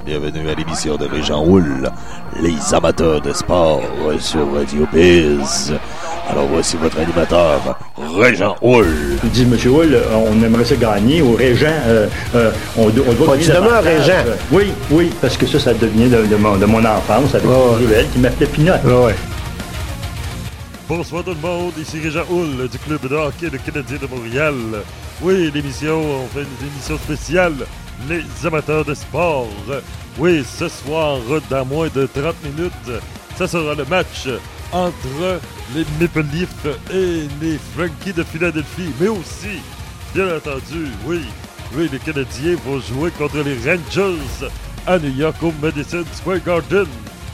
Bienvenue à l'émission de Régent Houle, les amateurs de sport sur Radio Biz. Alors voici votre animateur, Régent Houle. Il dit, M. Houle, on aimerait ça gagner, ou Régent, on doit tu demeures Régent. Oui, parce que ça devenait de mon enfance, avec Ruel qui m'appelait Pinot. Ouais. Bonsoir tout le monde, ici Régent Houle du club de hockey de Canadien de Montréal. Oui, on fait une émission spéciale, les amateurs de sport. Oui, ce soir, dans moins de 30 minutes, ça sera le match entre les Maple Leafs et les Frankies de Philadelphie. Mais aussi, bien entendu, oui, les Canadiens vont jouer contre les Rangers à New York au Madison Square Garden.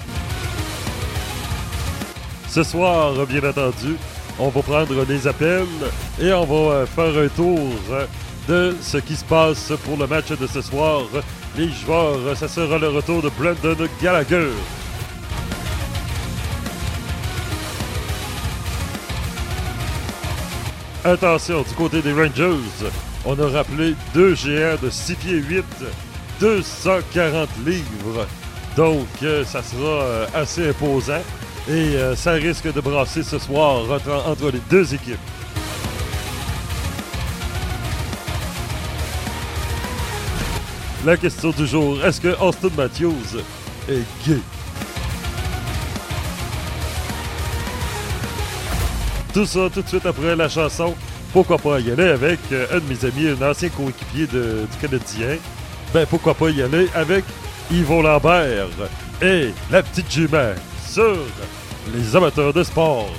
Ce soir, bien entendu, on va prendre les appels et on va faire un tour de ce qui se passe pour le match de ce soir. Les joueurs, ça sera le retour de Brendan Gallagher. Attention, du côté des Rangers, on a rappelé deux géants de 6 pieds 8, 240 livres. Donc, ça sera assez imposant. Et ça risque de brasser ce soir entre les deux équipes. La question du jour, est-ce que Auston Matthews est gay? Tout ça tout de suite après la chanson. Pourquoi pas y aller avec un de mes amis, un ancien coéquipier du Canadien. Ben pourquoi pas y aller avec Yvon Lambert et la petite jument sur les amateurs de sport.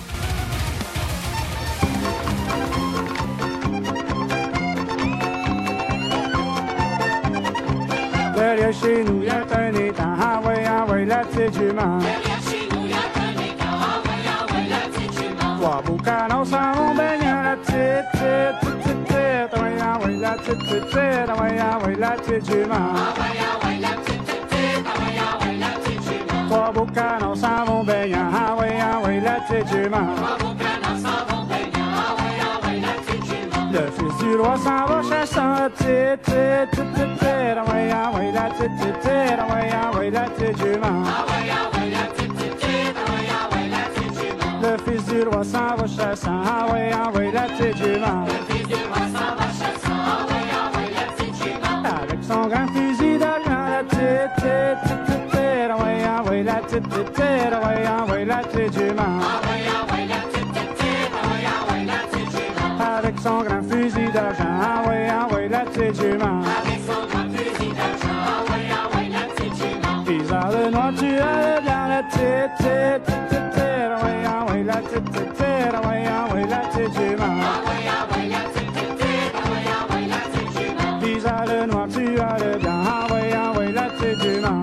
Derrière chez nous, y'a un étang, envoie la petite jument. Derrière chez nous, y'a un étang, envoie la petite jument. Trois beaux canons s'en vont baigner la petite, envoie la petite, envoie la petite jument. Envoie la petite jument. Trois beaux canons s'en vont baigner, envoie la petite jument. Trois beaux canons s'en vont baigner, envoie la petite jument. Le fils du roi s'en va chasser la petite, envoie la petite, envoie la petite jument. Envoie la petite, envoie la petite jument. Le fils du roi s'en va chasser, envoie la petite jument. Le fils du roi s'en va chasser, envoie la petite jument. Avec son grand fusil d'argent, la petite, envoie la petite, envoie la petite jument. Envoie la petite jument. Avec son grand fusil d'argent, envoie la petite jument. Avec son grand fusil d'argent, envoie la petite jument. Pisard le noir, tu as le blanc, la petite, envoie la petite, envoie la petite jument. Envoie la petite jument. Pisard le noir, tu as le blanc, envoie la petite jument.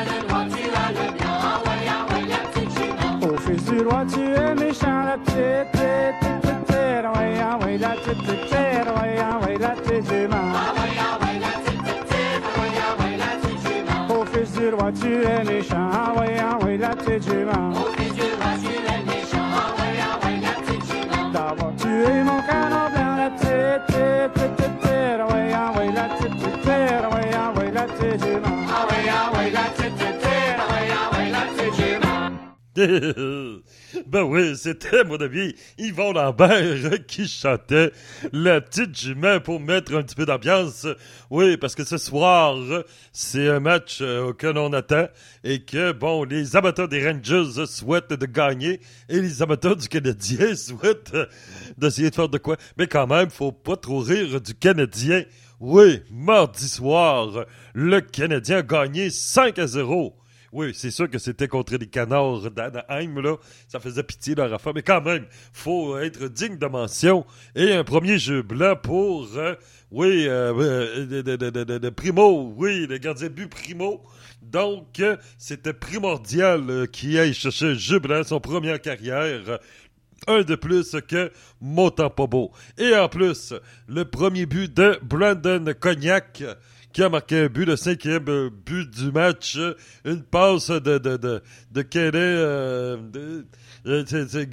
Du roi, tu es méchant, la petite, envoie la petite, envoie la petite jument. Envoie la petite jument. Au fils du roi, tu es méchant, envoie la petite jument. Au fils du roi, tu es méchant, envoie la petite jument. D'avoir tué mon canon blanc, la petite, envoie la petite, envoie la petite jument. Envoie la petite, envoie la petite jument. Ben oui, c'était mon ami Yvon Lambert qui chantait La petite jument pour mettre un petit peu d'ambiance. Oui, parce que ce soir, c'est un match que l'on attend et que, bon, les amateurs des Rangers souhaitent de gagner et les amateurs du Canadien souhaitent d'essayer de faire de quoi. Mais quand même, faut pas trop rire du Canadien. Oui, mardi soir, le Canadien a gagné 5-0. Oui, c'est sûr que c'était contre les Canards d'Anaheim, là. Ça faisait pitié leur affaire. Mais quand même, faut être digne de mention. Et un premier jeu blanc pour, Primo. Oui, le gardien de but Primo. Donc, c'était primordial qu'il aille chercher un jeu blanc, son premier en carrière. Un de plus que Montembeault. Et en plus, le premier but de Brandon Cognac, qui a marqué un but, le 5e but du match, une passe de c'est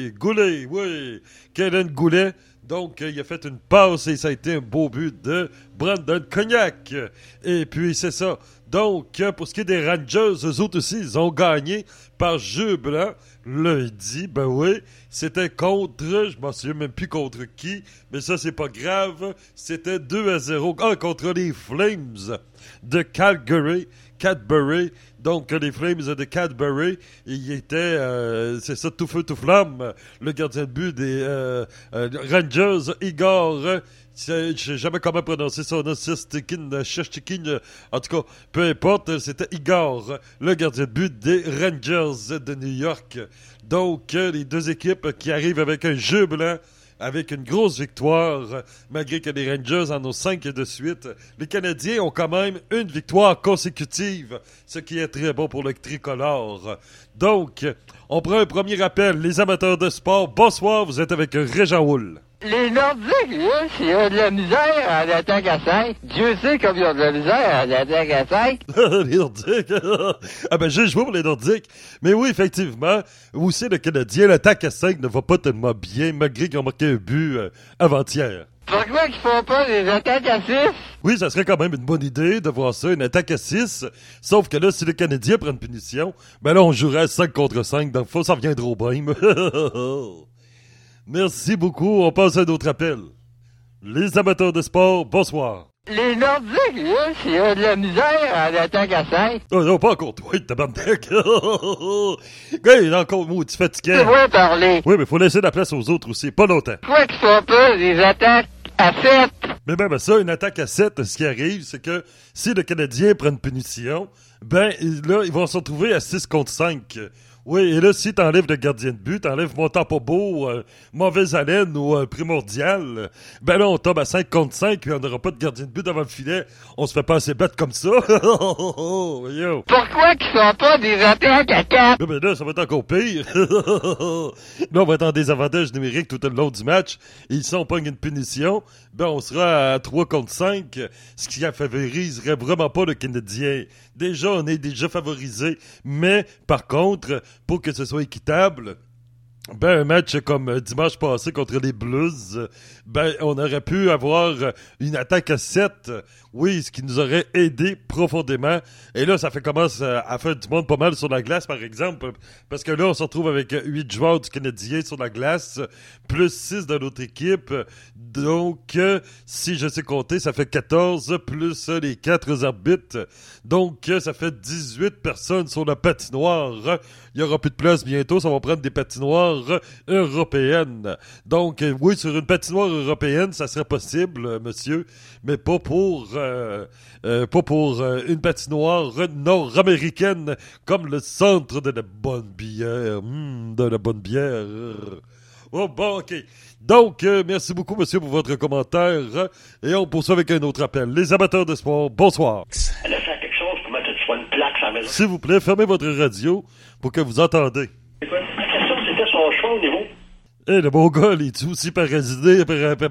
Goulet, oui, Kellen Goulet. Donc, il a fait une passe et ça a été un beau but de Brandon Cognac. Et puis, c'est ça. Donc, pour ce qui est des Rangers, eux autres aussi, ils ont gagné par jeu blanc lundi. Ben oui, c'était contre, je m'en souviens même plus contre qui, mais ça, c'est pas grave. C'était 2-0 contre les Flames de Calgary. Cadbury, donc les Flames de Cadbury, il était, c'est ça, tout feu, tout flamme, le gardien de but des Rangers, Igor, je sais jamais comment prononcer son nom, Shechikin, en tout cas, peu importe, c'était Igor, le gardien de but des Rangers de New York. Donc, les deux équipes qui arrivent avec un jeu blanc, avec une grosse victoire, malgré que les Rangers en ont 5 de suite. Les Canadiens ont quand même une victoire consécutive, ce qui est très bon pour le tricolore. Donc, on prend un premier appel. Les amateurs de sport, bonsoir, vous êtes avec Régent Houle. Les Nordiques, là, s'ils ont de la misère en attaque à 5, Dieu sait comme ils ont de la misère en attaque à 5. Les Nordiques. Ah ben, j'ai joué pour les Nordiques. Mais oui, effectivement, aussi le Canadien, l'attaque à 5 ne va pas tellement bien, malgré qu'ils ont marqué un but avant-hier. Pourquoi qu'ils font pas des attaques à 6? Oui, ça serait quand même une bonne idée de voir ça, une attaque à 6. Sauf que là, si le Canadien prend une punition, ben là, on jouerait à 5 contre 5, donc ça reviendra au même. Merci beaucoup. On passe à un autre appel. Les amateurs de sport, bonsoir. Les Nordiques, là, s'ils ont de la misère en attaque à 5. Oh non, pas encore toi, tabarnak. Gars, il est encore maudit fatigué. Tu vois parler. Oui, mais faut laisser la place aux autres aussi, pas longtemps. Pourquoi qu'ils font pas des attaques à 7? Mais ben ça, une attaque à 7, ce qui arrive, c'est que si le Canadien prend une punition, ben là, ils vont se retrouver à 6 contre 5. Oui, et là, si t'enlèves le gardien de but, t'enlèves mon temps pas beau, mauvaise haleine ou primordial, ben là, on tombe à 5 contre 5 puis on n'aura pas de gardien de but devant le filet. On se fait pas assez battre comme ça. Yo. Pourquoi qu'ils font pas des attaques à 4? Ben là, ça va être encore pire. Là, on va être en désavantage numérique tout le long du match. Et si on pogne une punition, ben on sera à 3 contre 5, ce qui favoriserait vraiment pas le Canadien. Déjà, on est déjà favorisé. Mais, par contre, pour que ce soit équitable, ben un match comme dimanche passé contre les Blues, ben on aurait pu avoir une attaque à 7. Oui, ce qui nous aurait aidé profondément. Et là, ça fait commence à faire du monde pas mal sur la glace, par exemple. Parce que là, on se retrouve avec 8 joueurs du Canadien sur la glace, plus 6 de notre équipe. Donc, si je sais compter, ça fait 14, plus les 4 arbitres. Donc, ça fait 18 personnes sur la patinoire. Il n'y aura plus de place bientôt, ça va prendre des patinoires européennes. Donc, oui, sur une patinoire européenne, ça serait possible, monsieur, mais pas pour une patinoire nord-américaine comme le centre de la bonne bière. De la bonne bière. Oh bon, ok. Donc, merci beaucoup, monsieur, pour votre commentaire. Et on poursuit avec un autre appel. Les amateurs de sport, bonsoir. Elle a fait quelque chose pour mettre une plaque sur la maison. S'il vous plaît, fermez votre radio pour que vous entendez. C'est quoi? La question, c'était son choix au niveau. Eh, le bon gars, il est aussi paralysé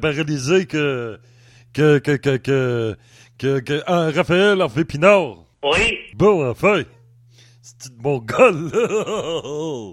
que Raphaël Harvey Pinard. Oui. Bon, enfin. C'est bon gars, là.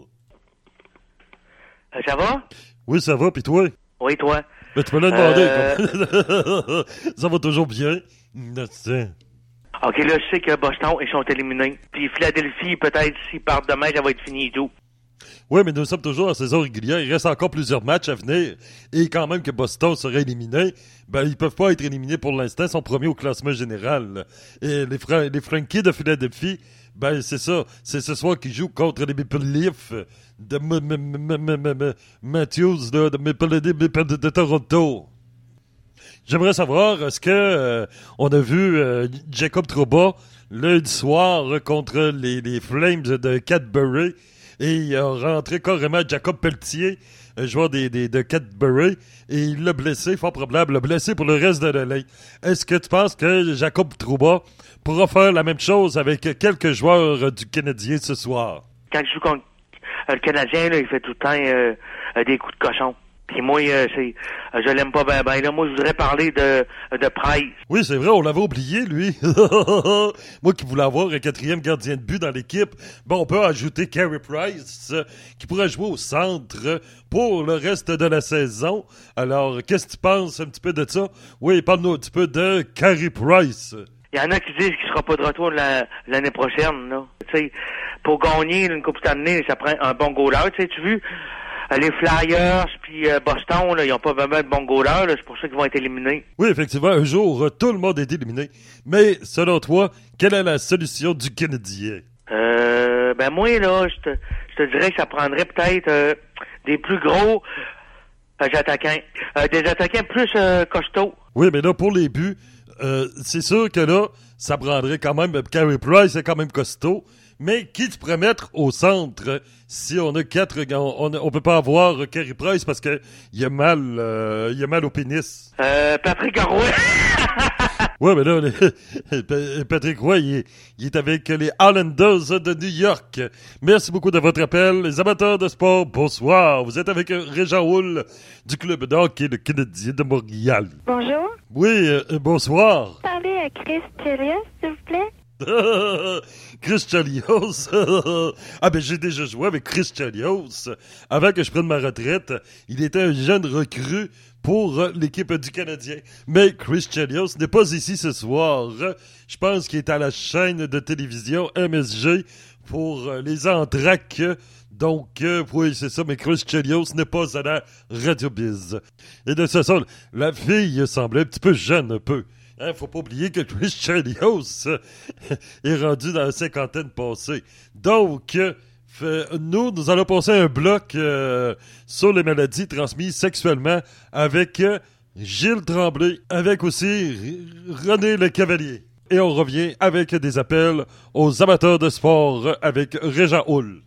Ça va? Oui, ça va, pis toi? Oui, toi. Mais tu peux le demander. Ça va toujours bien. Tiens. OK, là, je sais que Boston, ils sont éliminés. Puis Philadelphie, peut-être, s'ils partent demain, ça va être fini et tout. Oui, mais nous sommes toujours en saison régulière. Il reste encore plusieurs matchs à venir. Et quand même que Boston serait éliminé, ben ils peuvent pas être éliminés pour l'instant. Ils sont premiers au classement général. Et les Frankies de Philadelphie, ben c'est ça. C'est ce soir qu'ils jouent contre les Maple Leafs de Matthews de Toronto. J'aimerais savoir, est-ce que on a vu Jacob Trouba lundi soir contre les Flames de Cadbury et il a rentré carrément Jacob Pelletier, un joueur de Cadbury, et il l'a blessé, fort probable, l'a blessé pour le reste de l'année. Est-ce que tu penses que Jacob Trouba pourra faire la même chose avec quelques joueurs du Canadien ce soir? Quand je joue contre le Canadien, là, il fait tout le temps des coups de cochon. Puis moi, je l'aime pas bien. Là, moi, je voudrais parler de Price. Oui, c'est vrai, on l'avait oublié, lui. Moi qui voulais avoir un 4e gardien de but dans l'équipe, on peut ajouter Carey Price, qui pourrait jouer au centre pour le reste de la saison. Alors, qu'est-ce que tu penses un petit peu de ça? Oui, parle-nous un petit peu de Carey Price. Il y en a qui disent qu'il sera pas de retour l'année prochaine, là. Tu sais, pour gagner une Coupe Stanley, ça prend un bon goaler. Tu sais, tu as vu? Les Flyers puis Boston, là, ils n'ont pas vraiment de bons goalers, c'est pour ça qu'ils vont être éliminés. Oui, effectivement, un jour, tout le monde est éliminé. Mais, selon toi, quelle est la solution du Canadien? Moi, là, je te dirais que ça prendrait peut-être des plus gros attaquants. Des attaquants plus costauds. Oui, mais là, pour les buts, c'est sûr que là, ça prendrait quand même... Carey Price est quand même costaud. Mais qui tu pourrais mettre au centre si on a 4 gars? On peut pas avoir Carey Price parce que il a mal au pénis. Patrick Roy. Ouais, mais là, Patrick Roy, il est avec les Islanders de New York. Merci beaucoup de votre appel. Les amateurs de sport, bonsoir. Vous êtes avec Régent Houle du club de hockey le Canadien de Montréal. Bonjour. Oui, bonsoir. Parlez à Chris Chelios, s'il vous plaît. Chris Chelios. J'ai déjà joué avec Chris Chelios. Avant que je prenne ma retraite, il était un jeune recrue pour l'équipe du Canadien. Mais Chris Chelios n'est pas ici ce soir. Je pense qu'il est à la chaîne de télévision MSG pour les entraques. Donc, oui, c'est ça, mais Chris Chelios n'est pas à la Radio Biz. Et de ce sort, la fille semblait un petit peu jeune, un peu. Faut pas oublier que Chris Chelios est rendu dans la cinquantaine passée. Donc, nous allons passer un bloc sur les maladies transmises sexuellement avec Gilles Tremblay, avec aussi René Le Cavalier. Et on revient avec des appels aux amateurs de sport avec Régent Houle.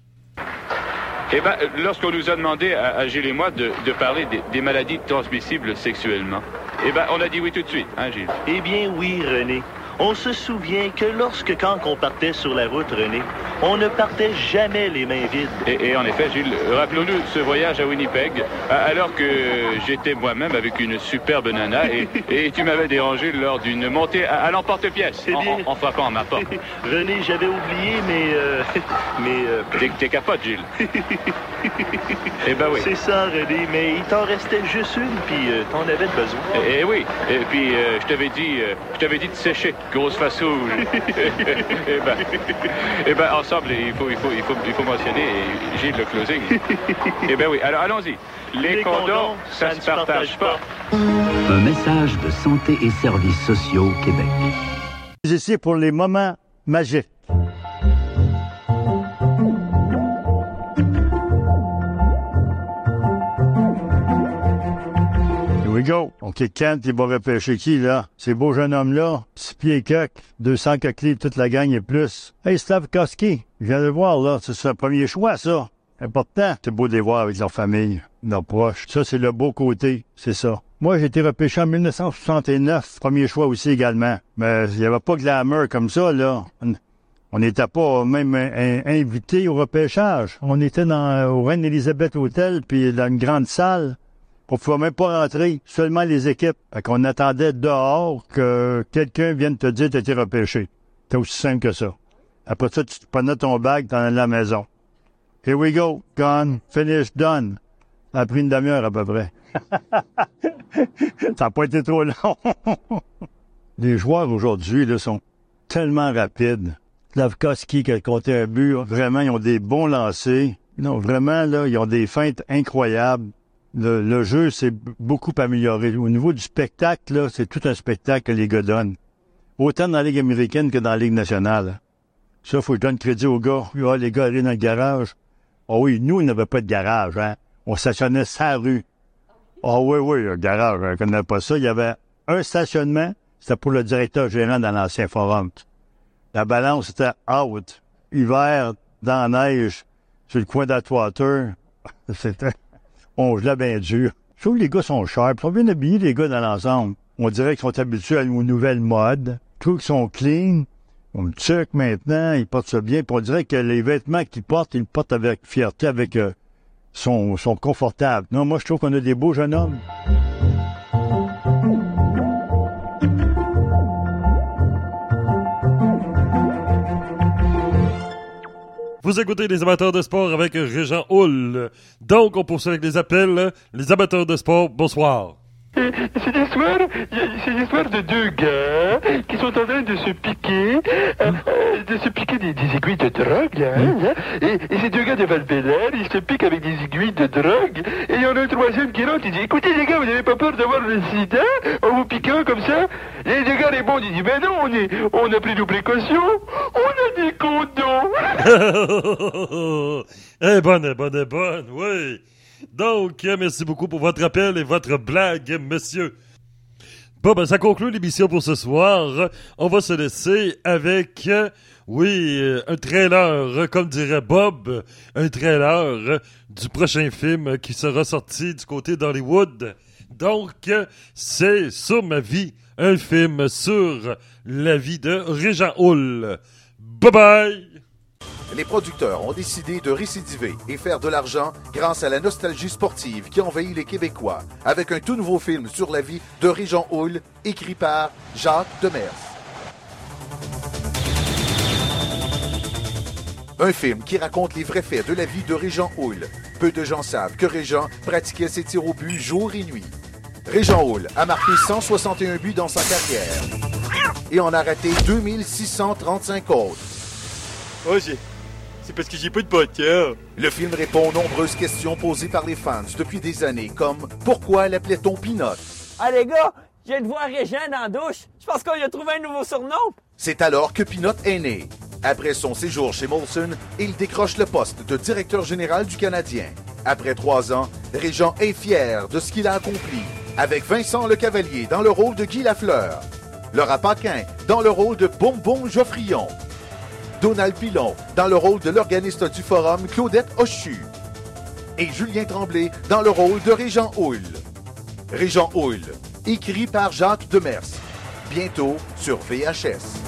Eh bien, lorsqu'on nous a demandé à Gilles et moi de parler des maladies transmissibles sexuellement, eh bien, on a dit oui tout de suite, hein, Gilles? Eh bien, oui, René. On se souvient que quand on partait sur la route, René, on ne partait jamais les mains vides. Et en effet, Gilles, rappelons-nous ce voyage à Winnipeg, alors que j'étais moi-même avec une superbe nana et tu m'avais dérangé lors d'une montée à l'emporte-pièce, en frappant à ma porte. René, j'avais oublié, mais... T'es capote, Gilles. Eh ben oui. C'est ça, René, mais il t'en restait juste une, puis t'en avais besoin. Eh oui, et puis je t'avais dit de sécher. Grosse face rouge. eh ben, ensemble, il faut mentionner Gilles le closing. Eh ben oui, alors allons-y. Les condoms, ça ne se partage pas. Un message de Santé et Services sociaux Québec. Ici pour les moments magiques. Here we go. OK, Kent, il va repêcher qui, là? Ces beaux jeunes hommes-là, 6 pieds coq, 200 coqueliers, toute la gang et plus. Hey, Slavkovski, je viens de le voir, là. C'est son premier choix, ça. Important. C'est beau de les voir avec leur famille, leurs proches. Ça, c'est le beau côté. C'est ça. Moi, j'ai été repêché en 1969. Premier choix aussi également. Mais il n'y avait pas de glamour comme ça, là. On n'était pas même invités au repêchage. On était au Reine-Élisabeth Hotel, puis dans une grande salle. On ne pouvait même pas rentrer, seulement les équipes. Fait qu'on attendait dehors que quelqu'un vienne te dire que tu as été repêché. C'est aussi simple que ça. Après ça, tu prenais ton bague, t'en allais à la maison. Here we go. Gone. Finish. Done. Ça a pris une demi-heure à peu près. Ça n'a pas été trop long. Les joueurs aujourd'hui là, sont tellement rapides. Slavkovski qui a compté un but, vraiment, ils ont des bons lancers. Non, vraiment, là, ils ont des feintes incroyables. Le jeu s'est beaucoup amélioré. Au niveau du spectacle, là, c'est tout un spectacle que les gars donnent. Autant dans la Ligue américaine que dans la Ligue nationale. Ça, faut que je donne crédit aux gars. Ah, les gars allaient dans le garage. Ah oui, nous, on n'avait pas de garage, hein. On stationnait sa rue. Ah oui, un garage, on ne connaît pas ça. Il y avait un stationnement, c'était pour le directeur général dans l'ancien forum. La balance, c'était out. Hiver, dans la neige, sur le coin d'Atwater. C'était... On gelait bien dur. Je trouve que les gars sont sharp. Ils sont bien habillés, les gars, dans l'ensemble. On dirait qu'ils sont habitués aux nouvelles modes. Je trouve qu'ils sont clean. On me tuque maintenant, ils portent ça bien. Puis on dirait que les vêtements qu'ils portent, ils le portent avec fierté, avec sont confortables. Non, moi, je trouve qu'on a des beaux jeunes hommes. Vous écoutez les amateurs de sport avec Régent Houle. Donc, on poursuit avec les appels. Les amateurs de sport, bonsoir. C'est l'histoire de deux gars qui sont en train de se piquer des aiguilles de drogue, là, hein, et ces deux gars de Val-Bélair, ils se piquent avec des aiguilles de drogue, et il y en a un troisième qui rentre, il dit, écoutez les gars, vous n'avez pas peur d'avoir le sida en vous piquant comme ça? Et les gars répondent, ils disent, ben non, on a pris nos précautions, on a des condoms. Bonne, oui. Donc, merci beaucoup pour votre appel et votre blague, monsieur. Bon, ben, ça conclut l'émission pour ce soir. On va se laisser avec, un trailer, comme dirait Bob, un trailer du prochain film qui sera sorti du côté d'Hollywood. Donc, c'est Sur ma vie, un film sur la vie de Régent Houle. Bye-bye! Les producteurs ont décidé de récidiver et faire de l'argent grâce à la nostalgie sportive qui envahit les Québécois avec un tout nouveau film sur la vie de Régent Houle, écrit par Jacques Demers. Un film qui raconte les vrais faits de la vie de Régent Houle. Peu de gens savent que Régent pratiquait ses tirs au but jour et nuit. Régent Houle a marqué 161 buts dans sa carrière et en a raté 2635 autres. Oh, c'est parce que j'ai pas de poteur. Le film répond aux nombreuses questions posées par les fans depuis des années, comme « Pourquoi l'appelait-on Pinot ?» Ah les gars, je viens de voir Régent dans la douche. Je pense qu'on lui a trouvé un nouveau surnom. C'est alors que Pinot est né. Après son séjour chez Molson, il décroche le poste de directeur général du Canadien. Après 3 ans, Régent est fier de ce qu'il a accompli, avec Vincent Lecavalier dans le rôle de Guy Lafleur, Laura Paquin dans le rôle de Bonbon Geoffrion, Donald Pilon dans le rôle de l'organiste du forum Claudette Hochu et Julien Tremblay dans le rôle de Régent Houle. Régent Houle, écrit par Jacques Demers. Bientôt sur VHS.